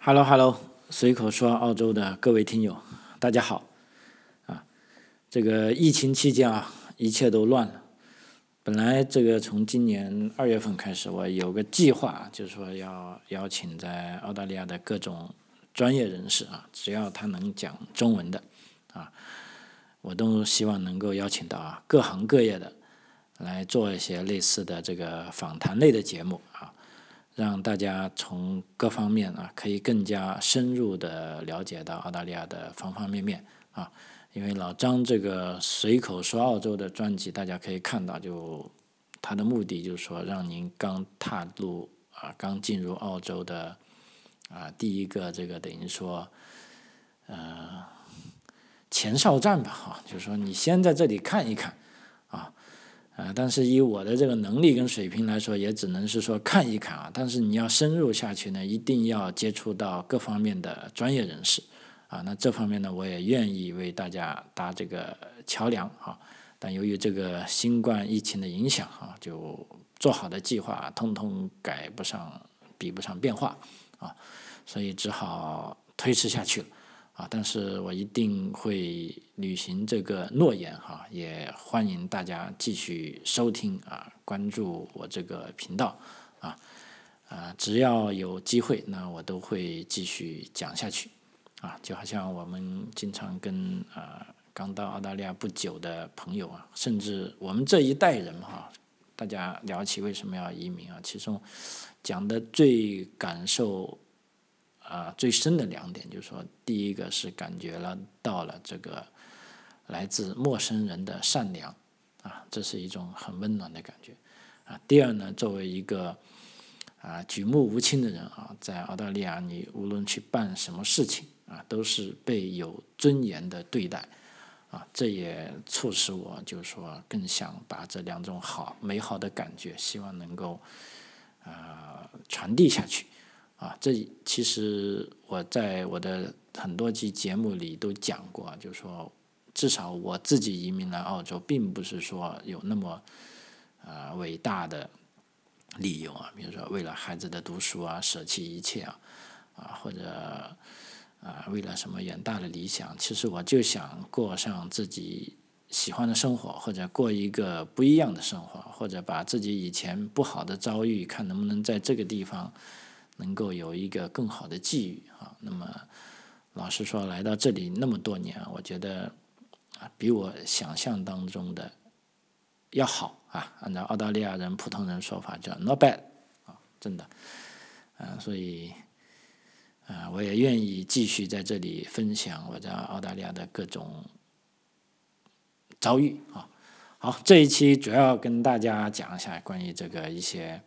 Hello Hello，随口说澳洲的各位听友，大家好啊！这个疫情期间啊，一切都乱了。本来这个从今年2月份开始，我有个计划，就是说要邀请在澳大利亚的各种专业人士啊，只要他能讲中文的啊，我都希望能够邀请到各行各业的来做一些类似的这个访谈类的节目啊。让大家从各方面可以更加深入的了解到澳大利亚的方方面面啊。因为老张这个随口说澳洲的专辑，大家可以看到，就他的目的就是说，让您刚踏入刚进入澳洲的第一个这个等于说前哨站吧就是说你先在这里看一看但是以我的这个能力跟水平来说，也只能是说看一看但是你要深入下去呢，一定要接触到各方面的专业人士那这方面呢，我也愿意为大家搭这个桥梁但由于这个新冠疫情的影响就做好的计划通通赶不上、比不上变化所以只好推迟下去了。但是我一定会履行这个诺言也欢迎大家继续收听关注我这个频道只要有机会，那我都会继续讲下去就好像我们经常跟刚到澳大利亚不久的朋友甚至我们这一代人大家聊起为什么要移民其中讲的最感受最深的2点，就是说，第一个是感觉到了这个来自陌生人的善良这是一种很温暖的感觉第二呢，作为一个举目无亲的人在澳大利亚，你无论去办什么事情都是被有尊严的对待这也促使我就是说更想把这2种美好的感觉，希望能够传递下去。这其实我在我的很多期节目里都讲过就是说至少我自己移民来澳洲，并不是说有那么伟大的理由比如说为了孩子的读书舍弃一切或者为了什么远大的理想。其实我就想过上自己喜欢的生活，或者过一个不一样的生活，或者把自己以前不好的遭遇，看能不能在这个地方能够有一个更好的际遇那么老实说，来到这里那么多年我觉得比我想象当中的要好按照澳大利亚人普通人说法叫 not bad 真的所以我也愿意继续在这里分享我在澳大利亚的各种遭遇好，这一期主要跟大家讲一下关于这个一些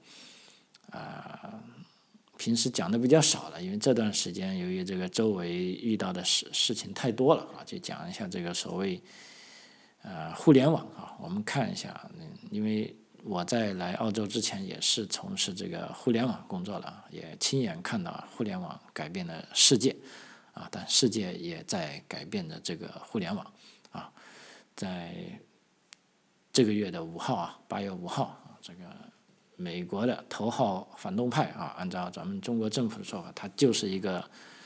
平时讲的比较少了，因为这段时间由于这个周围遇到的事情太多了就讲一下这个所谓互联网我们看一下因为我在来澳洲之前也是从事这个互联网工作的也亲眼看到互联网改变了世界但世界也在改变着这个互联网在这个月的5号8月5号这个美国的头号反动派按照咱们中国政府的说法，他就是一个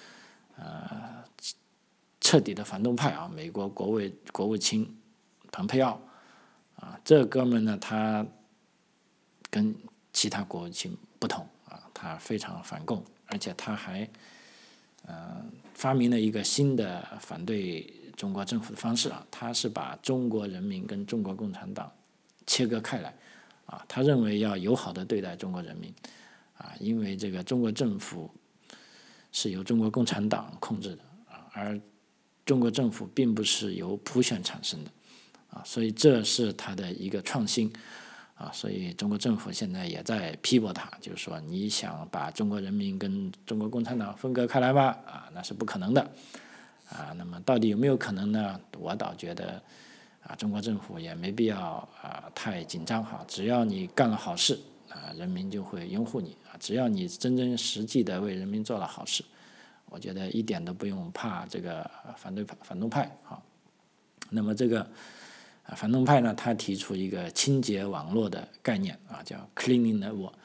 彻底的反动派美国国务卿蓬佩奥这哥们呢，他跟其他国务卿不同他非常反共，而且他还发明了一个新的反对中国政府的方式他是把中国人民跟中国共产党切割开来他认为要友好的对待中国人民因为这个中国政府是由中国共产党控制的而中国政府并不是由普选产生的所以这是他的一个创新所以中国政府现在也在批驳他，就是说你想把中国人民跟中国共产党分割开来吗那是不可能的那么到底有没有可能呢？我倒觉得中国政府也没必要太紧张只要你干了好事人民就会拥护你只要你真真实际的为人民做了好事，我觉得一点都不用怕这个反动派那么这个反动派呢，他提出一个清洁网络的概念叫 cleaning the wall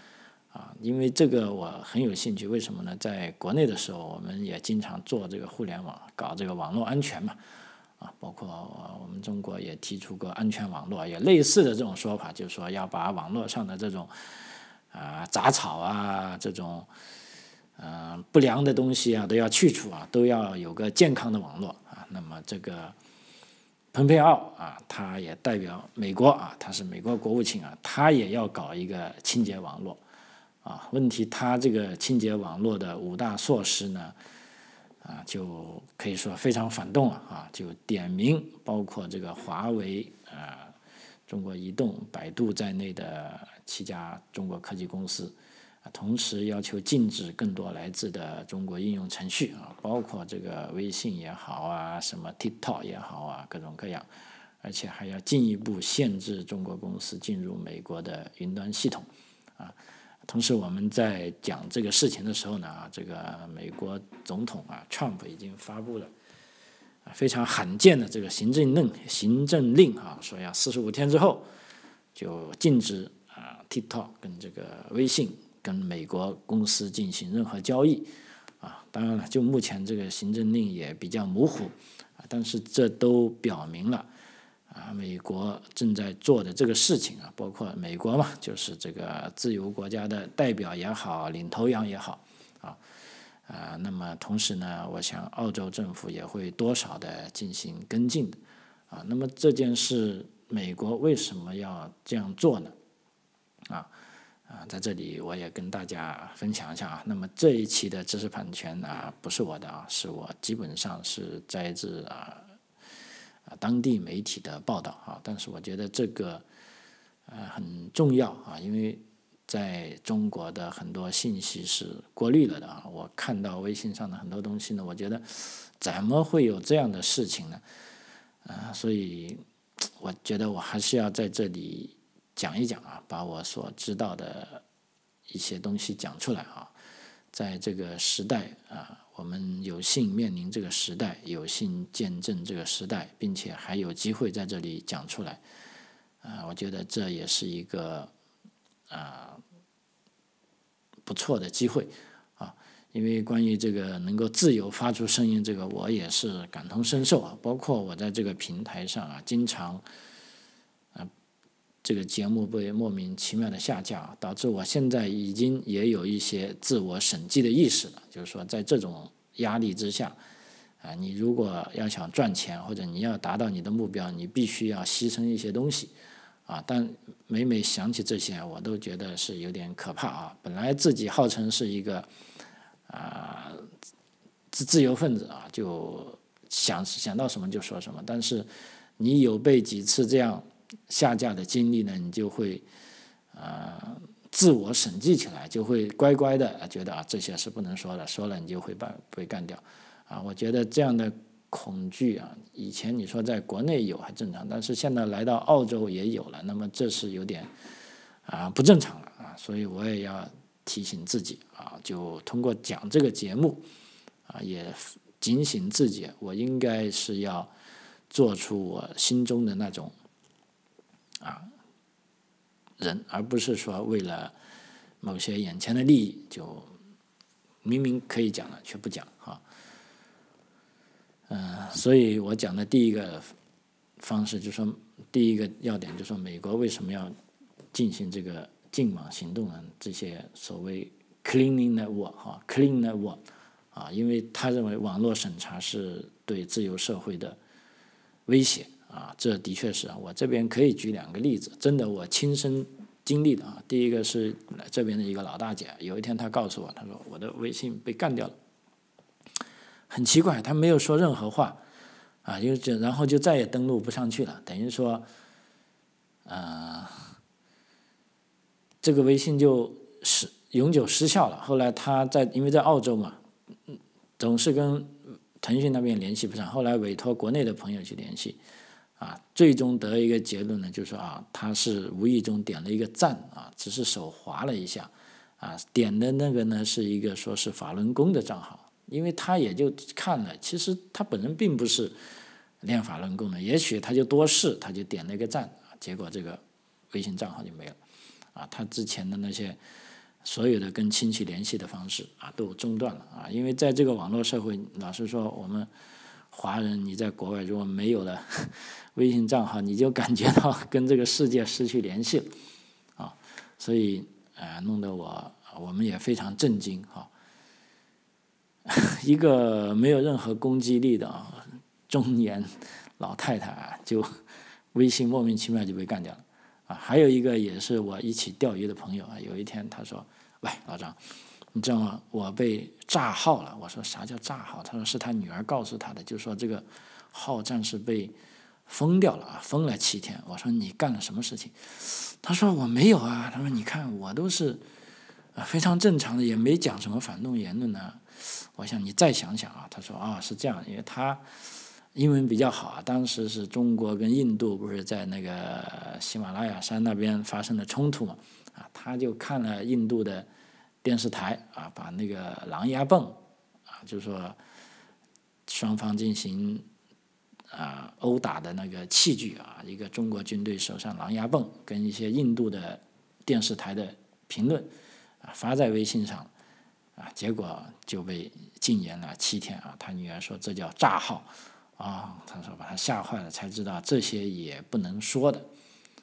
因为这个我很有兴趣，为什么呢？在国内的时候，我们也经常做这个互联网，搞这个网络安全嘛，包括我们中国也提出过安全网络，也类似的这种说法，就是说要把网络上的这种杂草这种不良的东西都要去除都要有个健康的网络那么这个蓬佩奥他也代表美国他是美国国务卿他也要搞一个清洁网络问题他这个清洁网络的5大措施呢就可以说非常反动了就点名包括这个华为中国移动、百度在内的7家中国科技公司同时要求禁止更多来自的中国应用程序包括这个微信也好什么 TikTok 也好各种各样，而且还要进一步限制中国公司进入美国的云端系统同时我们在讲这个事情的时候呢这个美国总统Trump 已经发布了非常罕见的这个行政令说要45天之后就禁止TikTok 跟这个微信跟美国公司进行任何交易当然了，就目前这个行政令也比较模糊但是这都表明了美国正在做的这个事情包括美国嘛，就是这个自由国家的代表也好，领头羊也好那么同时呢，我想澳洲政府也会多少的进行跟进的那么这件事，美国为什么要这样做呢？在这里我也跟大家分享一下那么这一期的知识产权不是我的是我基本上是摘自当地媒体的报道但是我觉得这个很重要因为在中国的很多信息是过滤了的我看到微信上的很多东西呢，我觉得怎么会有这样的事情呢？所以我觉得我还是要在这里讲一讲把我所知道的一些东西讲出来在这个时代我们有幸面临这个时代，有幸见证这个时代，并且还有机会在这里讲出来我觉得这也是一个不错的机会因为关于这个能够自由发出声音，这个我也是感同身受包括我在这个平台上经常这个节目被莫名其妙的下架导致我现在已经也有一些自我审计的意识了，就是说在这种压力之下你如果要想赚钱或者你要达到你的目标，你必须要牺牲一些东西但每想起这些我都觉得是有点可怕本来自己号称是一个自由分子就想到什么就说什么，但是你有被几次这样下架的经历呢，你就会自我审计起来，就会乖乖的觉得这些是不能说的，说了你就会被干掉我觉得这样的恐惧以前你说在国内有还正常，但是现在来到澳洲也有了，那么这是有点不正常了所以我也要提醒自己就通过讲这个节目也警醒自己，我应该是要做出我心中的那种人，而不是说为了某些眼前的利益就明明可以讲了却不讲所以我讲的第一个方式就是说，第一个要点就是说美国为什么要进行这个禁网行动呢？这些所谓 cleaning network clean network因为他认为网络审查是对自由社会的威胁这的确是我这边可以举2个例子，真的我亲身经历的第一个是这边的一个老大姐，有一天她告诉我，她说我的微信被干掉了，很奇怪，她没有说任何话然后就再也登录不上去了，等于说这个微信就永久失效了。后来她因为在澳洲嘛总是跟腾讯那边联系不上，后来委托国内的朋友去联系最终得一个结论呢，就是说他是无意中点了一个赞只是手滑了一下点的那个呢是一个说是法轮功的账号，因为他也就看了，其实他本人并不是练法轮功的，也许他就多事，他就点了一个赞结果这个微信账号就没了他之前的那些所有的跟亲戚联系的方式都中断了因为在这个网络社会，老实说，我们华人你在国外如果没有了微信账号，你就感觉到跟这个世界失去联系了所以弄得我们也非常震惊一个没有任何攻击力的中年老太太就微信莫名其妙就被干掉了还有一个也是我一起钓鱼的朋友有一天他说：“喂，老张，你知道吗？我被炸号了。”我说：“啥叫炸号？”他说：“是他女儿告诉他的，就说这个号暂时被封掉了封了7天。”我说：“你干了什么事情？”他说：“我没有啊。”他说：“你看我都是非常正常的，也没讲什么反动言论我想你再想想他说：“是这样，因为他英文比较好当时是中国跟印度不是在那个喜马拉雅山那边发生了冲突嘛他就看了印度的电视台把那个狼牙泵就是说双方进行殴打的那个器具一个中国军队手上狼牙泵跟一些印度的电视台的评论发在微信上结果就被禁言了7天他女儿说这叫炸号他说把他吓坏了，才知道这些也不能说的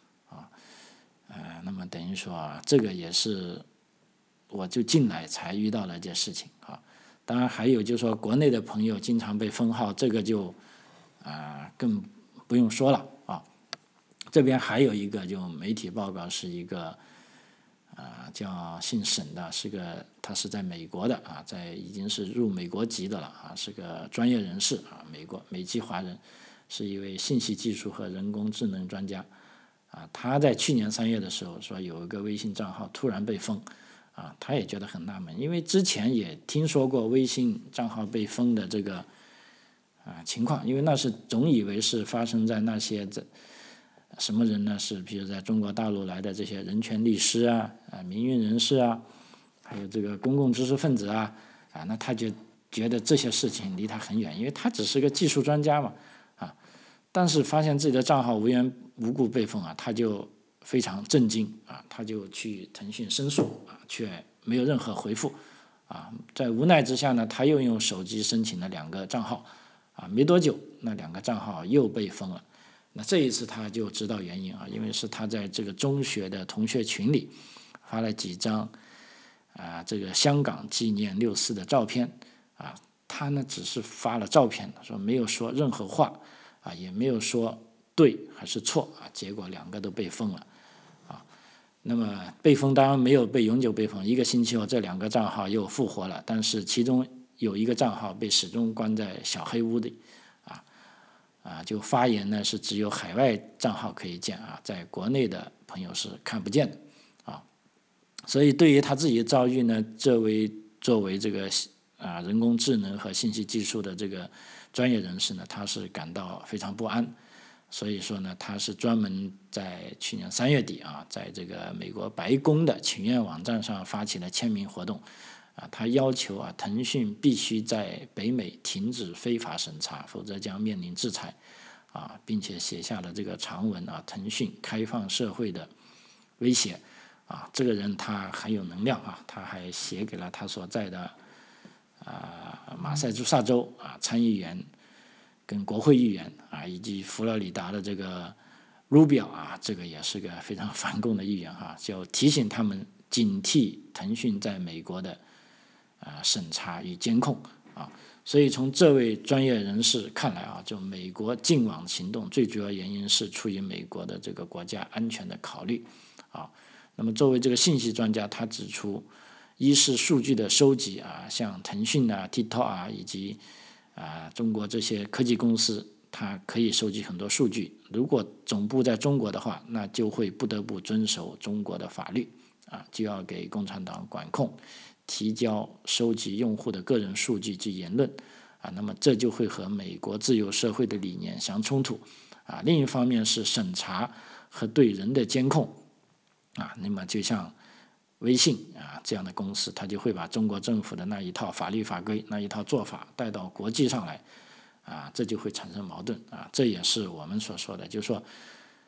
那么等于说这个也是我就进来才遇到了一件事情当然还有就是说国内的朋友经常被封号，这个就更不用说了这边还有一个就媒体报告是一个叫姓沈的，他是在美国的已经是入美国籍的了是个专业人士美籍华人，是一位信息技术和人工智能专家他在去年3月的时候说有一个微信账号突然被封他也觉得很纳闷，因为之前也听说过微信账号被封的这个情况，因为那是总以为是发生在那些什么人呢？是比如在中国大陆来的这些人权律师民运人士还有这个公共知识分子那他就觉得这些事情离他很远，因为他只是个技术专家嘛但是发现自己的账号无缘无故被封他就非常震惊他就去腾讯申诉却没有任何回复在无奈之下呢，他又用手机申请了2个账号没多久那2个账号又被封了。那这一次他就知道原因因为是他在这个中学的同学群里发了几张这个香港纪念6·4的照片他呢只是发了照片，说没有说任何话也没有说对还是错结果2个都被封了那么被封当然没有被永久被封，1个星期后这2个账号又复活了，但是其中有1个账号被始终关在小黑屋里就发言呢是只有海外账号可以见在国内的朋友是看不见的所以对于他自己的遭遇呢，作为这个人工智能和信息技术的这个专业人士呢，他是感到非常不安。所以说呢，他是专门在去年3月底在这个美国白宫的请愿网站上发起了签名活动他要求腾讯必须在北美停止非法审查，否则将面临制裁并且写下了这个长文腾讯开放社会的威胁这个人他很有能量他还写给了他所在的马萨诸塞州参议员跟国会议员以及佛罗里达的这个Rubio这个也是个非常反共的议员就提醒他们警惕腾讯在美国的审查与监控所以从这位专业人士看来就美国禁网行动最主要原因是出于美国的这个国家安全的考虑那么作为这个信息专家，他指出一是数据的收集像腾讯TikTok以及中国这些科技公司，它可以收集很多数据，如果总部在中国的话，那就会不得不遵守中国的法律就要给共产党管控，提交收集用户的个人数据及言论那么这就会和美国自由社会的理念相冲突另一方面是审查和对人的监控那么就像微信这样的公司，它就会把中国政府的那一套法律法规那一套做法带到国际上来这就会产生矛盾这也是我们所说的，就是说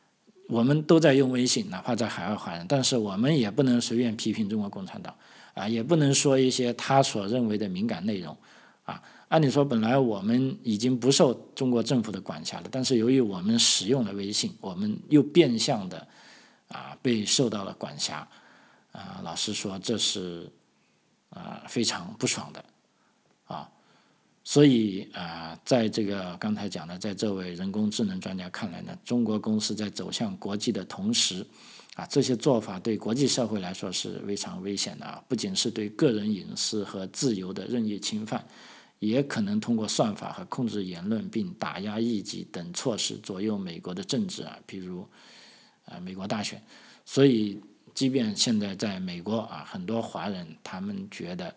我们都在用微信，哪怕在海外华人，但是我们也不能随便批评中国共产党也不能说一些他所认为的敏感内容按理说本来我们已经不受中国政府的管辖了，但是由于我们使用了微信，我们又变相的被受到了管辖老实说这是非常不爽的所以在这个刚才讲的，在这位人工智能专家看来呢，中国公司在走向国际的同时这些做法对国际社会来说是非常危险的不仅是对个人隐私和自由的任意侵犯，也可能通过算法和控制言论并打压异己等措施左右美国的政治比如美国大选。所以即便现在在美国很多华人他们觉得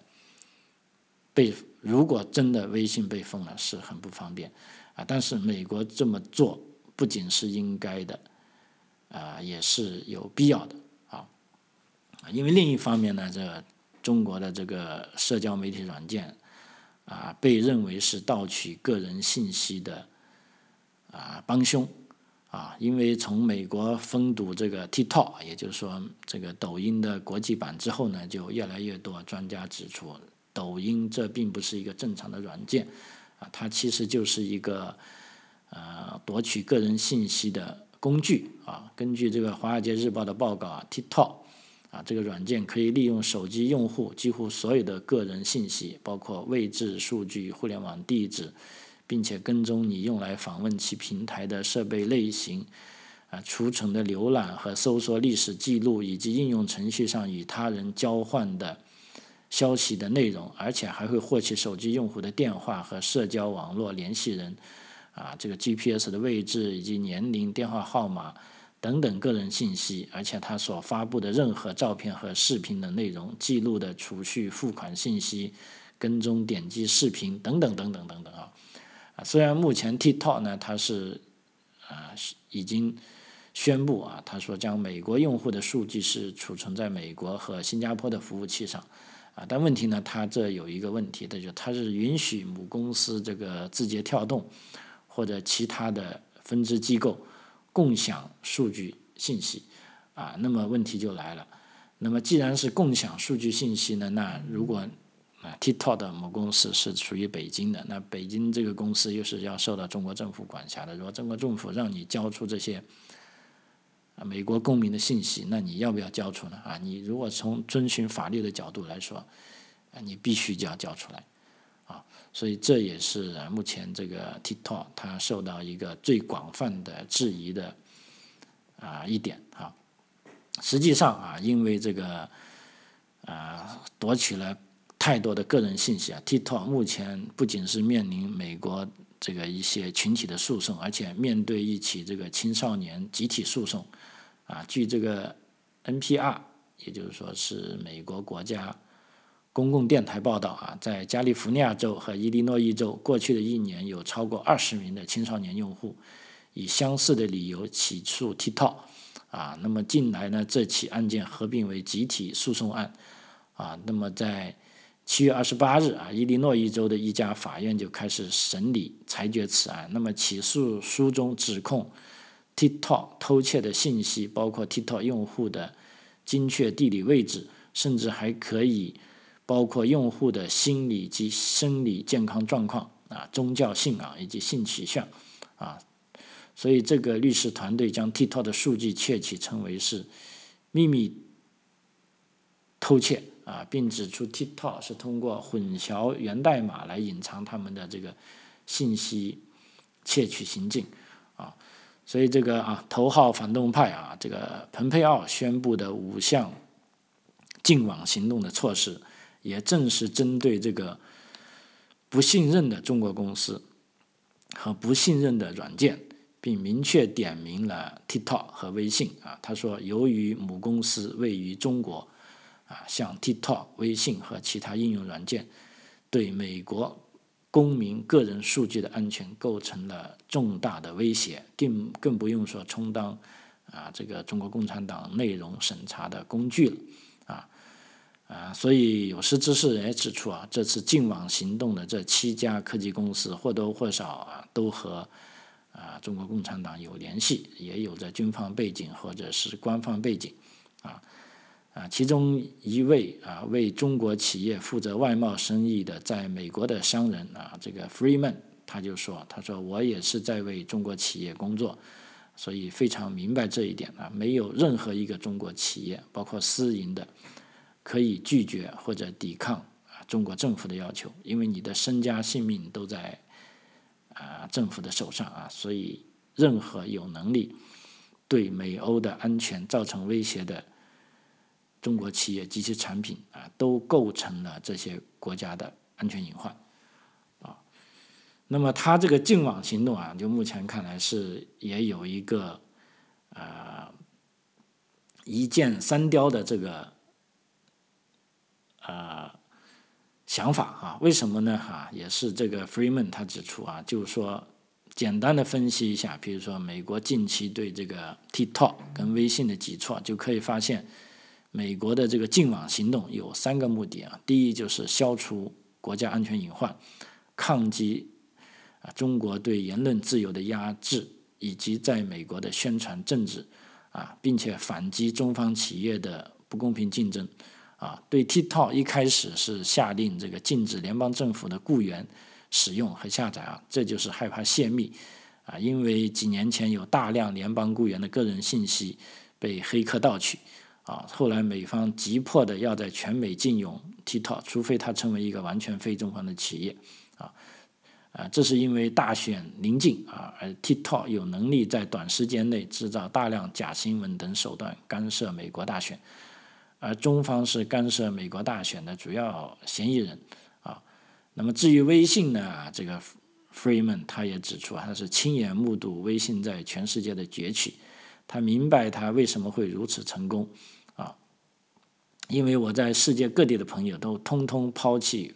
如果真的微信被封了是很不方便但是美国这么做不仅是应该的也是有必要的因为另一方面呢，中国的这个社交媒体软件被认为是盗取个人信息的帮凶因为从美国封堵这个 TikTok， 也就是说这个抖音的国际版之后呢，就越来越多专家指出，抖音这并不是一个正常的软件它其实就是一个夺取个人信息的工具根据这个《华尔街日报》的报告TikTok这个软件可以利用手机用户几乎所有的个人信息，包括位置、数据、互联网地址，并且跟踪你用来访问其平台的设备类型储存的浏览和搜索历史记录，以及应用程序上与他人交换的消息的内容，而且还会获取手机用户的电话和社交网络联系人这个 GPS 的位置以及年龄、电话号码等等个人信息，而且他所发布的任何照片和视频的内容、记录的储蓄、付款信息、跟踪点击视频等等等等等等虽然目前 TikTok 呢，它是已经宣布他说将美国用户的数据是储存在美国和新加坡的服务器上但问题呢，它这有一个问题，就是它是允许母公司这个字节跳动或者其他的分支机构共享数据信息那么问题就来了，那么既然是共享数据信息呢，那如果TikTok 的母公司是属于北京的，那北京这个公司又是要受到中国政府管辖的，如果中国政府让你交出这些美国公民的信息，那你要不要交出呢你如果从遵循法律的角度来说你必须就要交出来所以这也是目前这个 TikTok 它受到一个最广泛的质疑的一点实际上因为这个夺取了太多的个人信息TikTok 目前不仅是面临美国这个一些群体的诉讼，而且面对一起这个青少年集体诉讼据这个 NPR 也就是说是美国国家公共电台报道在加利福尼亚州和伊利诺伊州过去的一年有超过20名的青少年用户以相似的理由起诉 TikTok那么近来呢，这起案件合并为集体诉讼案那么在7月28日伊利诺伊州的一家法院就开始审理裁决此案。那么起诉书中指控 TikTok 偷窃的信息包括 TikTok 用户的精确地理位置，甚至还可以包括用户的心理及生理健康状况宗教信仰以及性取向所以这个律师团队将 TikTok 的数据窃取称为是秘密偷窃并指出 TikTok 是通过混淆源代码来隐藏他们的这个信息窃取行径所以这个头号反动派这个蓬佩奥宣布的5项净网行动的措施，也正是针对这个不信任的中国公司和不信任的软件，并明确点明了 TikTok 和微信他说由于母公司位于中国像 TikTok、微信和其他应用软件对美国公民个人数据的安全构成了重大的威胁，更不用说充当这个中国共产党内容审查的工具了所以有识之士也指出这次净网行动的这7家科技公司或多或少都和中国共产党有联系，也有着军方背景或者是官方背景其中一位为中国企业负责外贸生意的在美国的商人这个 Freeman 他说我也是在为中国企业工作，所以非常明白这一点没有任何一个中国企业包括私营的可以拒绝或者抵抗中国政府的要求，因为你的身家性命都在政府的手上所以任何有能力对美欧的安全造成威胁的中国企业及其产品都构成了这些国家的安全隐患那么他这个净网行动就目前看来是也有一个一箭三雕的这个想法为什么呢也是这个 Freeman 他指出就是说简单的分析一下，比如说美国近期对这个 TikTok 跟微信的举措，就可以发现美国的这个净网行动有3个目的第一就是消除国家安全隐患，抗击中国对言论自由的压制，以及在美国的宣传政治并且反击中方企业的不公平竞争对 TikTok 一开始是下令这个禁止联邦政府的雇员使用和下载这就是害怕泄密因为几年前有大量联邦雇员的个人信息被黑客盗取后来美方急迫的要在全美禁用 TikTok， 除非它成为一个完全非中方的企业这是因为大选临近而 TikTok 有能力在短时间内制造大量假新闻等手段干涉美国大选，而中方是干涉美国大选的主要嫌疑人那么至于微信呢，这个 Freeman 他也指出他是亲眼目睹微信在全世界的崛起，他明白他为什么会如此成功因为我在世界各地的朋友都通通抛弃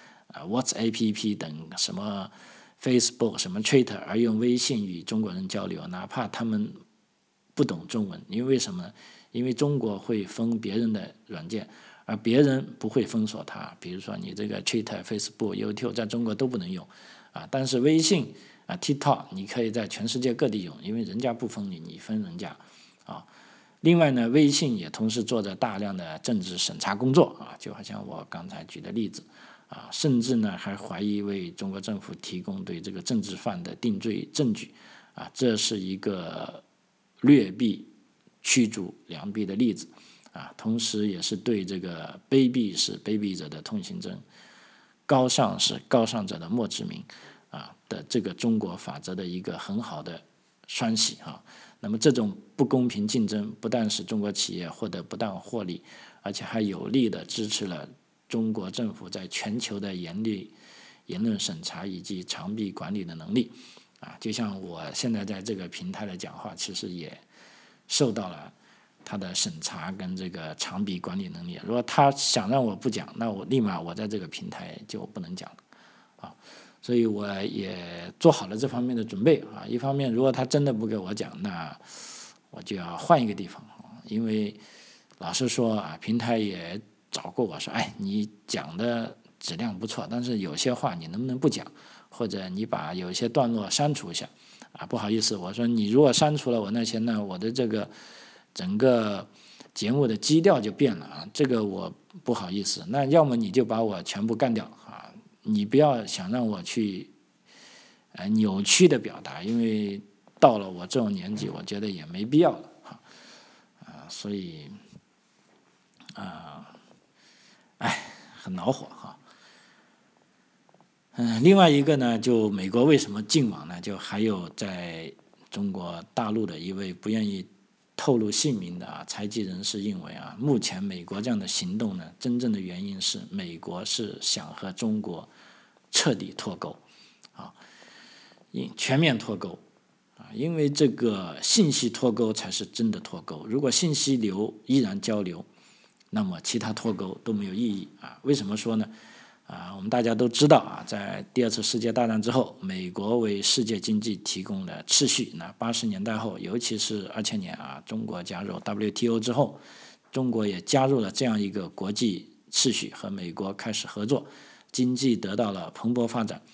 WhatsApp 等什么 Facebook 什么 Twitter 而用微信与中国人交流，哪怕他们不懂中文，因为什么呢？因为中国会封别人的软件，而别人不会封锁它，比如说你这个 Twitter、Facebook、YouTube 在中国都不能用但是微信TikTok 你可以在全世界各地用，因为人家不封你，你封人家另外呢，微信也同时做着大量的政治审查工作就好像我刚才举的例子甚至呢还怀疑为中国政府提供对这个政治犯的定罪证据这是一个劣币驱逐良币的例子同时也是对这个卑鄙是卑鄙者的痛心针，高尚是高尚者的墓志铭的这个中国法则的一个很好的双喜那么这种不公平竞争不但使中国企业获得不当获利，而且还有力的支持了中国政府在全球的言论审查以及长臂管理的能力就像我现在在这个平台的讲话，其实也受到了他的审查跟这个长臂管理能力。如果他想让我不讲，那我立马我在这个平台就不能讲了所以我也做好了这方面的准备一方面如果他真的不给我讲，那我就要换一个地方因为老实说平台也找过我说你讲的质量不错，但是有些话你能不能不讲，或者你把有些段落删除一下不好意思，我说你如果删除了我那些，那我的这个整个节目的基调就变了这个我不好意思，那要么你就把我全部干掉你不要想让我去扭曲的表达，因为到了我这种年纪，我觉得也没必要了所以很恼火另外一个呢，就美国为什么禁网呢？就还有在中国大陆的一位不愿意透露姓名的财经人士认为目前美国这样的行动呢，真正的原因是美国是想和中国彻底脱钩全面脱钩因为这个信息脱钩才是真的脱钩，如果信息流依然交流，那么其他脱钩都没有意义为什么说呢？我们大家都知道在第二次世界大战之后，美国为世界经济提供了秩序。那80年代后，尤其是2000年中国加入 WTO 之后，中国也加入了这样一个国际秩序，和美国开始合作，经济得到了蓬勃发展。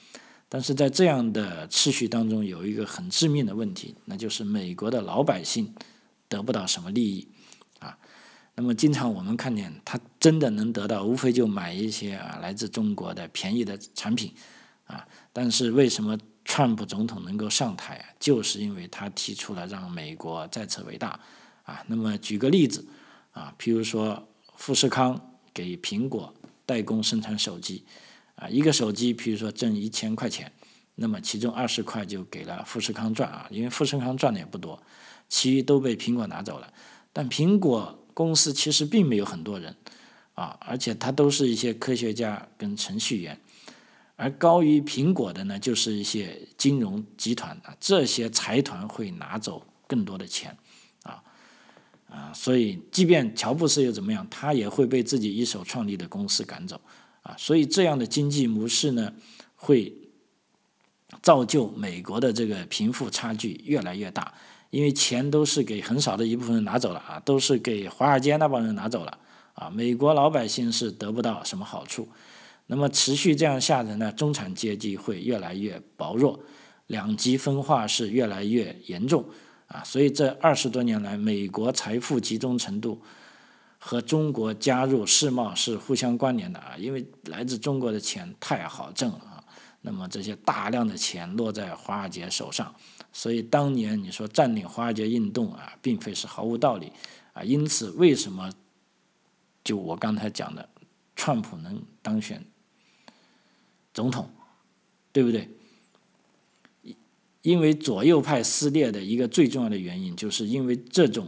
但是在这样的次序当中，有一个很致命的问题，那就是美国的老百姓得不到什么利益啊。那么经常我们看见他真的能得到，无非就买一些来自中国的便宜的产品啊。但是为什么川普总统能够上台啊？就是因为他提出了让美国再次伟大啊。那么举个例子啊，譬如说富士康给苹果代工生产手机啊，一个手机譬如说挣1000块钱，那么其中20块就给了富士康赚啊，因为富士康赚的也不多，其余都被苹果拿走了。但苹果公司其实并没有很多人啊，而且它都是一些科学家跟程序员，而高于苹果的呢，就是一些金融集团啊，这些财团会拿走更多的钱所以即便乔布斯又怎么样，他也会被自己一手创立的公司赶走啊。所以这样的经济模式呢，会造就美国的这个贫富差距越来越大，因为钱都是给很少的一部分人拿走了啊，都是给华尔街那帮人拿走了啊，美国老百姓是得不到什么好处。那么持续这样下去呢，中产阶级会越来越薄弱，两极分化是越来越严重啊。所以这20多年来，美国财富集中程度和中国加入世贸是互相关联的啊，因为来自中国的钱太好挣了啊。那么这些大量的钱落在华尔街手上，所以当年你说占领华尔街运动啊，并非是毫无道理啊。因此，为什么就我刚才讲的，川普能当选总统，对不对？因为左右派撕裂的一个最重要的原因，就是因为这种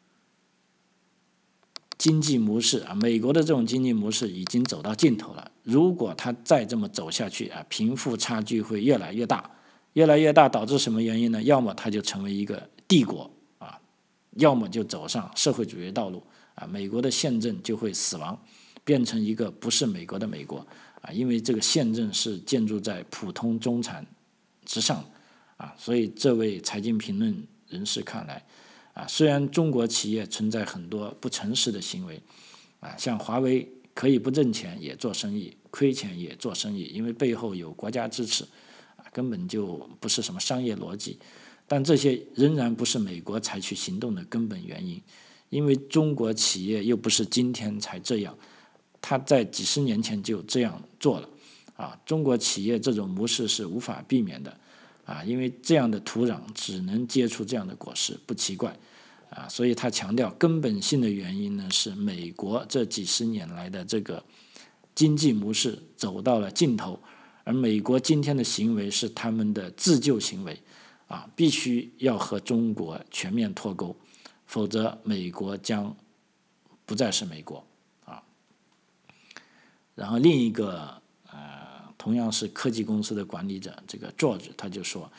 经济模式啊，美国的这种经济模式已经走到尽头了。如果它再这么走下去啊，贫富差距会越来越大，越来越大，导致什么原因呢？要么它就成为一个帝国啊，要么就走上社会主义道路啊，美国的宪政就会死亡，变成一个不是美国的美国啊，因为这个宪政是建筑在普通中产之上啊，所以这位财经评论人士看来啊，虽然中国企业存在很多不诚实的行为啊，像华为可以不挣钱也做生意，亏钱也做生意，因为背后有国家支持啊，根本就不是什么商业逻辑，但这些仍然不是美国采取行动的根本原因，因为中国企业又不是今天才这样，它在几十年前就这样做了啊，中国企业这种模式是无法避免的啊，因为这样的土壤只能结出这样的果实，不奇怪啊。所以他强调根本性的原因呢，是美国这几十年来的这个经济模式走到了尽头，而美国今天的行为是他们的自救行为啊，必须要和中国全面脱钩，否则美国将不再是美国啊。然后另一个同样是科技公司的管理者，这个 George 他就说，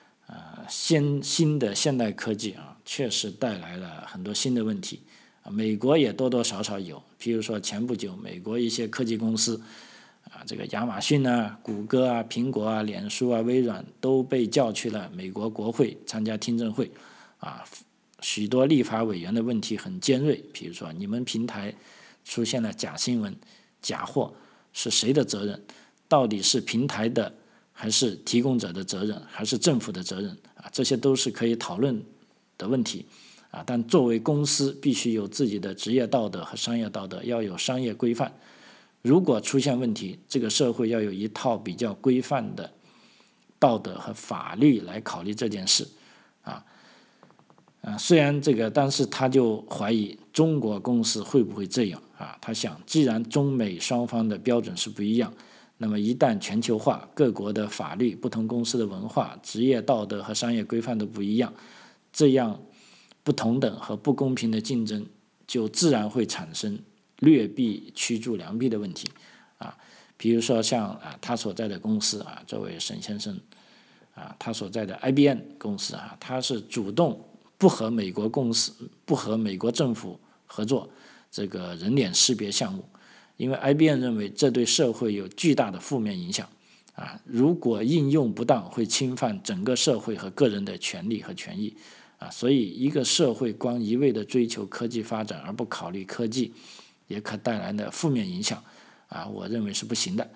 新的现代科技啊，确实带来了很多新的问题，美国也多多少少有，譬如说前不久美国一些科技公司这个亚马逊啊、谷歌啊、苹果啊、脸书啊、微软都被叫去了美国国会参加听证会啊，许多立法委员的问题很尖锐，比如说你们平台出现了假新闻、假货，是谁的责任？到底是平台的，还是提供者的责任，还是政府的责任啊？这些都是可以讨论的问题啊。但作为公司，必须有自己的职业道德和商业道德，要有商业规范。如果出现问题，这个社会要有一套比较规范的道德和法律来考虑这件事虽然这个，但是他就怀疑中国公司会不会这样啊？他想，既然中美双方的标准是不一样，那么一旦全球化，各国的法律、不同公司的文化、职业道德和商业规范都不一样，这样不同等和不公平的竞争就自然会产生劣币驱逐良币的问题比如说像他所在的公司这位沈先生他所在的 IBM 公司他是主动不和美国公司、不和美国政府合作这个人脸识别项目，因为 IBM 认为这对社会有巨大的负面影响如果应用不当，会侵犯整个社会和个人的权利和权益所以一个社会光一味的追求科技发展而不考虑科技也可带来的负面影响我认为是不行的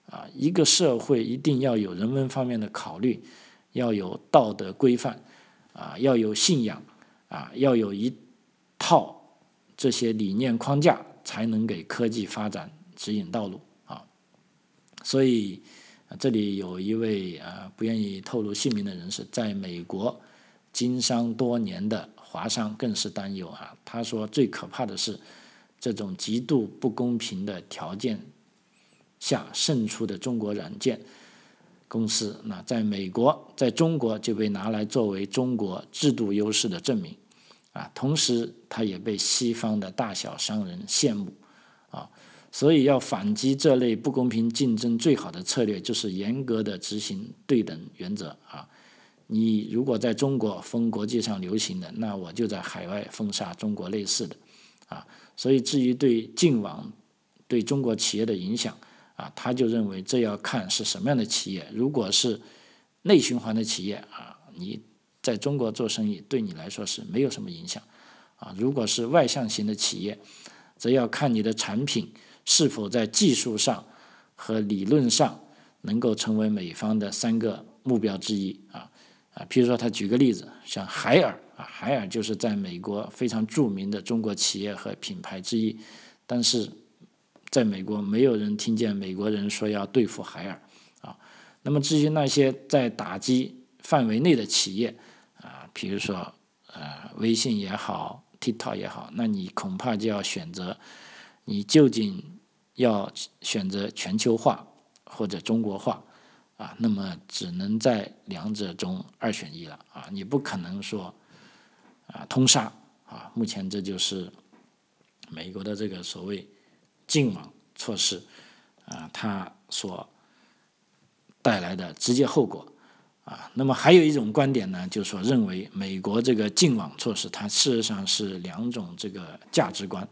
一个社会一定要有人文方面的考虑，要有道德规范，要有信仰，要有一套这些理念框架，才能给科技发展指引道路所以这里有一位不愿意透露姓名的人士，在美国经商多年的华商更是担忧他说最可怕的是这种极度不公平的条件下胜出的中国软件公司，那在美国在中国就被拿来作为中国制度优势的证明同时它也被西方的大小商人羡慕所以要反击这类不公平竞争，最好的策略就是严格的执行对等原则你如果在中国封国际上流行的，那我就在海外封杀中国类似的所以至于对净网对中国企业的影响他就认为这要看是什么样的企业。如果是内循环的企业你在中国做生意对你来说是没有什么影响如果是外向型的企业，则要看你的产品是否在技术上和理论上能够成为美方的3个目标之一譬如说他举个例子，像海尔海尔就是在美国非常著名的中国企业和品牌之一，但是在美国没有人听见美国人说要对付海尔那么至于那些在打击范围内的企业比如说微信也好 TikTok 也好，那你恐怕就要选择你究竟要选择全球化或者中国化那么只能在两者中2选1了你不可能说通杀目前这就是美国的这个所谓净网措施它所带来的直接后果那么还有一种观点呢，就是说认为美国这个净网措施它事实上是2种这个价值观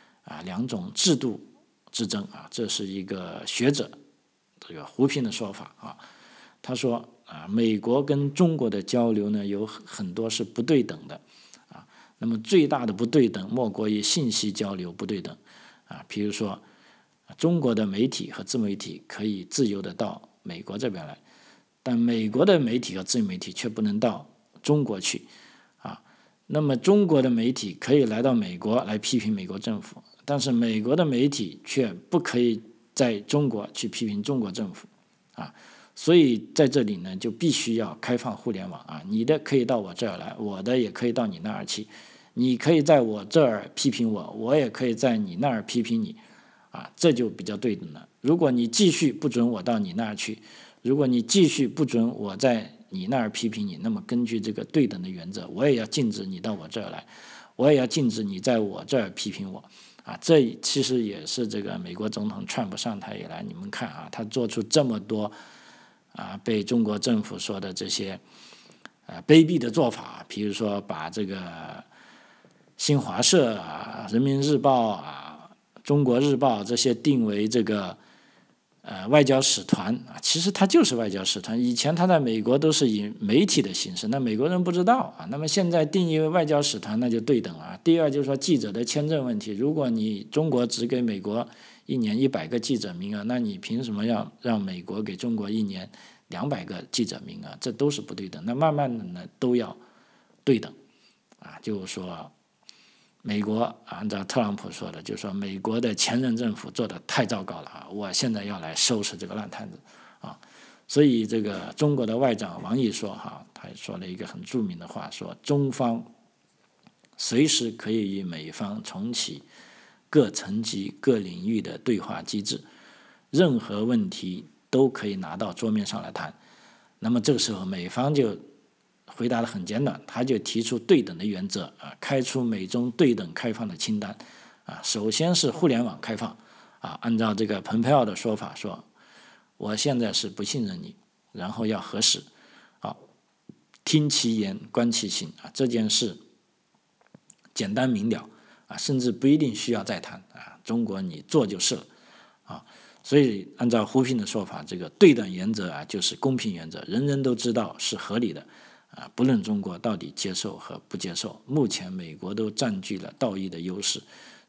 2种制度之争这是一个学者这个胡平的说法他说美国跟中国的交流呢有很多是不对等的那么最大的不对等莫过于信息交流不对等比如说中国的媒体和自媒体可以自由的到美国这边来，但美国的媒体和自媒体却不能到中国去那么中国的媒体可以来到美国来批评美国政府，但是美国的媒体却不可以在中国去批评中国政府所以在这里呢就必须要开放互联网你的可以到我这儿来，我的也可以到你那儿去，你可以在我这儿批评我，我也可以在你那儿批评你这就比较对等了。如果你继续不准我到你那儿去，如果你继续不准我在你那儿批评你，那么根据这个对等的原则，我也要禁止你到我这儿来，我也要禁止你在我这儿批评我这其实也是这个美国总统川普上台以来，你们看他做出这么多被中国政府说的这些卑鄙的做法，比如说把这个新华社人民日报中国日报这些定为这个外交使团其实它就是外交使团。以前它在美国都是以媒体的形式，那美国人不知道那么现在定义为外交使团，那就对等第二就是说记者的签证问题，如果你中国只给美国1年100个记者名额，那你凭什么要让美国给中国1年200个记者名额？这都是不对等。那慢慢的呢都要对等就是说美国按照特朗普说的，就是说美国的前任政府做的太糟糕了我现在要来收拾这个烂摊子所以这个中国的外长王毅说他说了一个很著名的话，说中方随时可以与美方重启各层级各领域的对话机制，任何问题都可以拿到桌面上来谈。那么这个时候美方就回答得很简短，他就提出对等的原则开出美中对等开放的清单首先是互联网开放按照这个蓬佩奥的说法说，我现在是不信任你，然后要核实听其言观其行这件事简单明了甚至不一定需要再谈中国你做就是了所以按照胡平的说法，这个对等原则就是公平原则，人人都知道是合理的不论中国到底接受和不接受，目前美国都占据了道义的优势，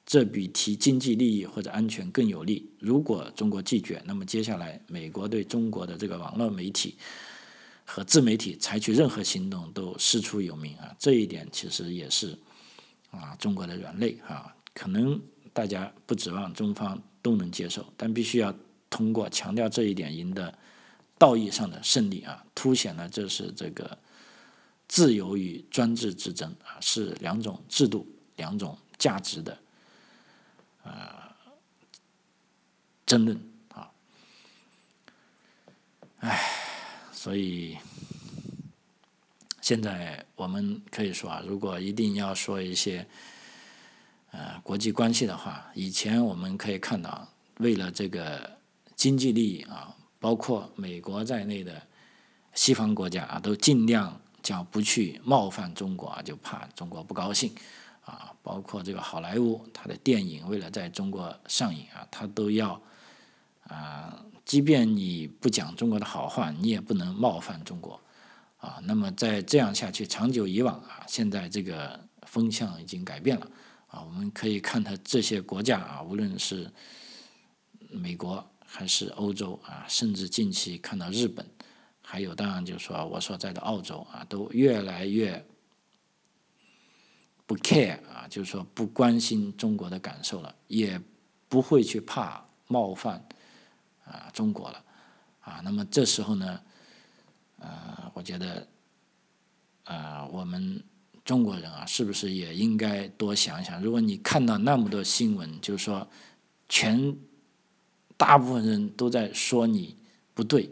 这比提经济利益或者安全更有利。如果中国拒绝，那么接下来美国对中国的这个网络媒体和自媒体采取任何行动都师出有名啊。这一点其实也是中国的软肋啊，可能大家不指望中方都能接受，但必须要通过强调这一点赢得道义上的胜利啊，凸显了这是这个自由与专制之争啊，是两种制度、两种价值的争论啊。所以现在我们可以说如果一定要说一些国际关系的话，以前我们可以看到，为了这个经济利益啊，包括美国在内的西方国家都尽量叫不去冒犯中国就怕中国不高兴包括这个好莱坞，它的电影为了在中国上映它都要即便你不讲中国的好话，你也不能冒犯中国那么在这样下去，长久以往现在这个风向已经改变了我们可以看到这些国家无论是美国还是欧洲甚至近期看到日本，还有当然就是说我所在的澳洲都越来越不 care 就是说不关心中国的感受了，也不会去怕冒犯中国了那么这时候呢我觉得我们中国人是不是也应该多想想，如果你看到那么多新闻，就是说大部分人都在说你不对，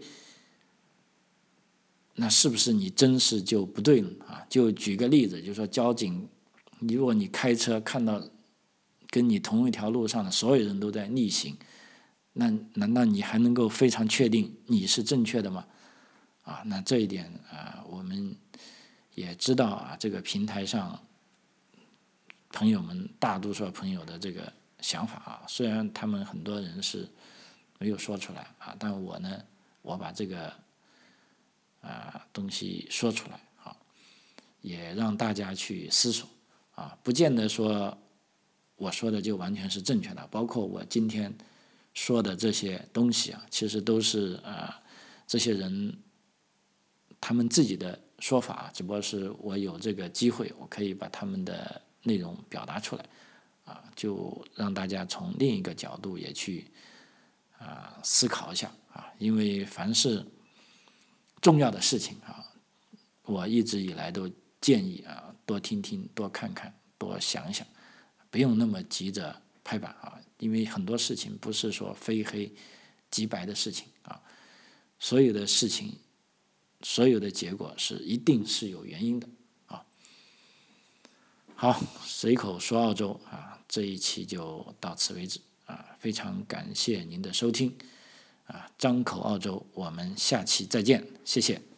那是不是你真实就不对了就举个例子，就是说交警，如果你开车看到跟你同一条路上的所有人都在逆行，那难道你还能够非常确定你是正确的吗？那这一点我们也知道这个平台上朋友们大多数朋友的这个想法虽然他们很多人是没有说出来但我把这个东西说出来也让大家去思索不见得说我说的就完全是正确的，包括我今天说的这些东西其实都是这些人他们自己的说法，只不过是我有这个机会，我可以把他们的内容表达出来就让大家从另一个角度也去思考一下因为凡是重要的事情我一直以来都建议多听听、多看看、多想想，不用那么急着拍板因为很多事情不是说非黑即白的事情所有的事情、所有的结果一定是有原因的好，随口说澳洲这一期就到此为止非常感谢您的收听张口澳洲，我们下期再见，谢谢。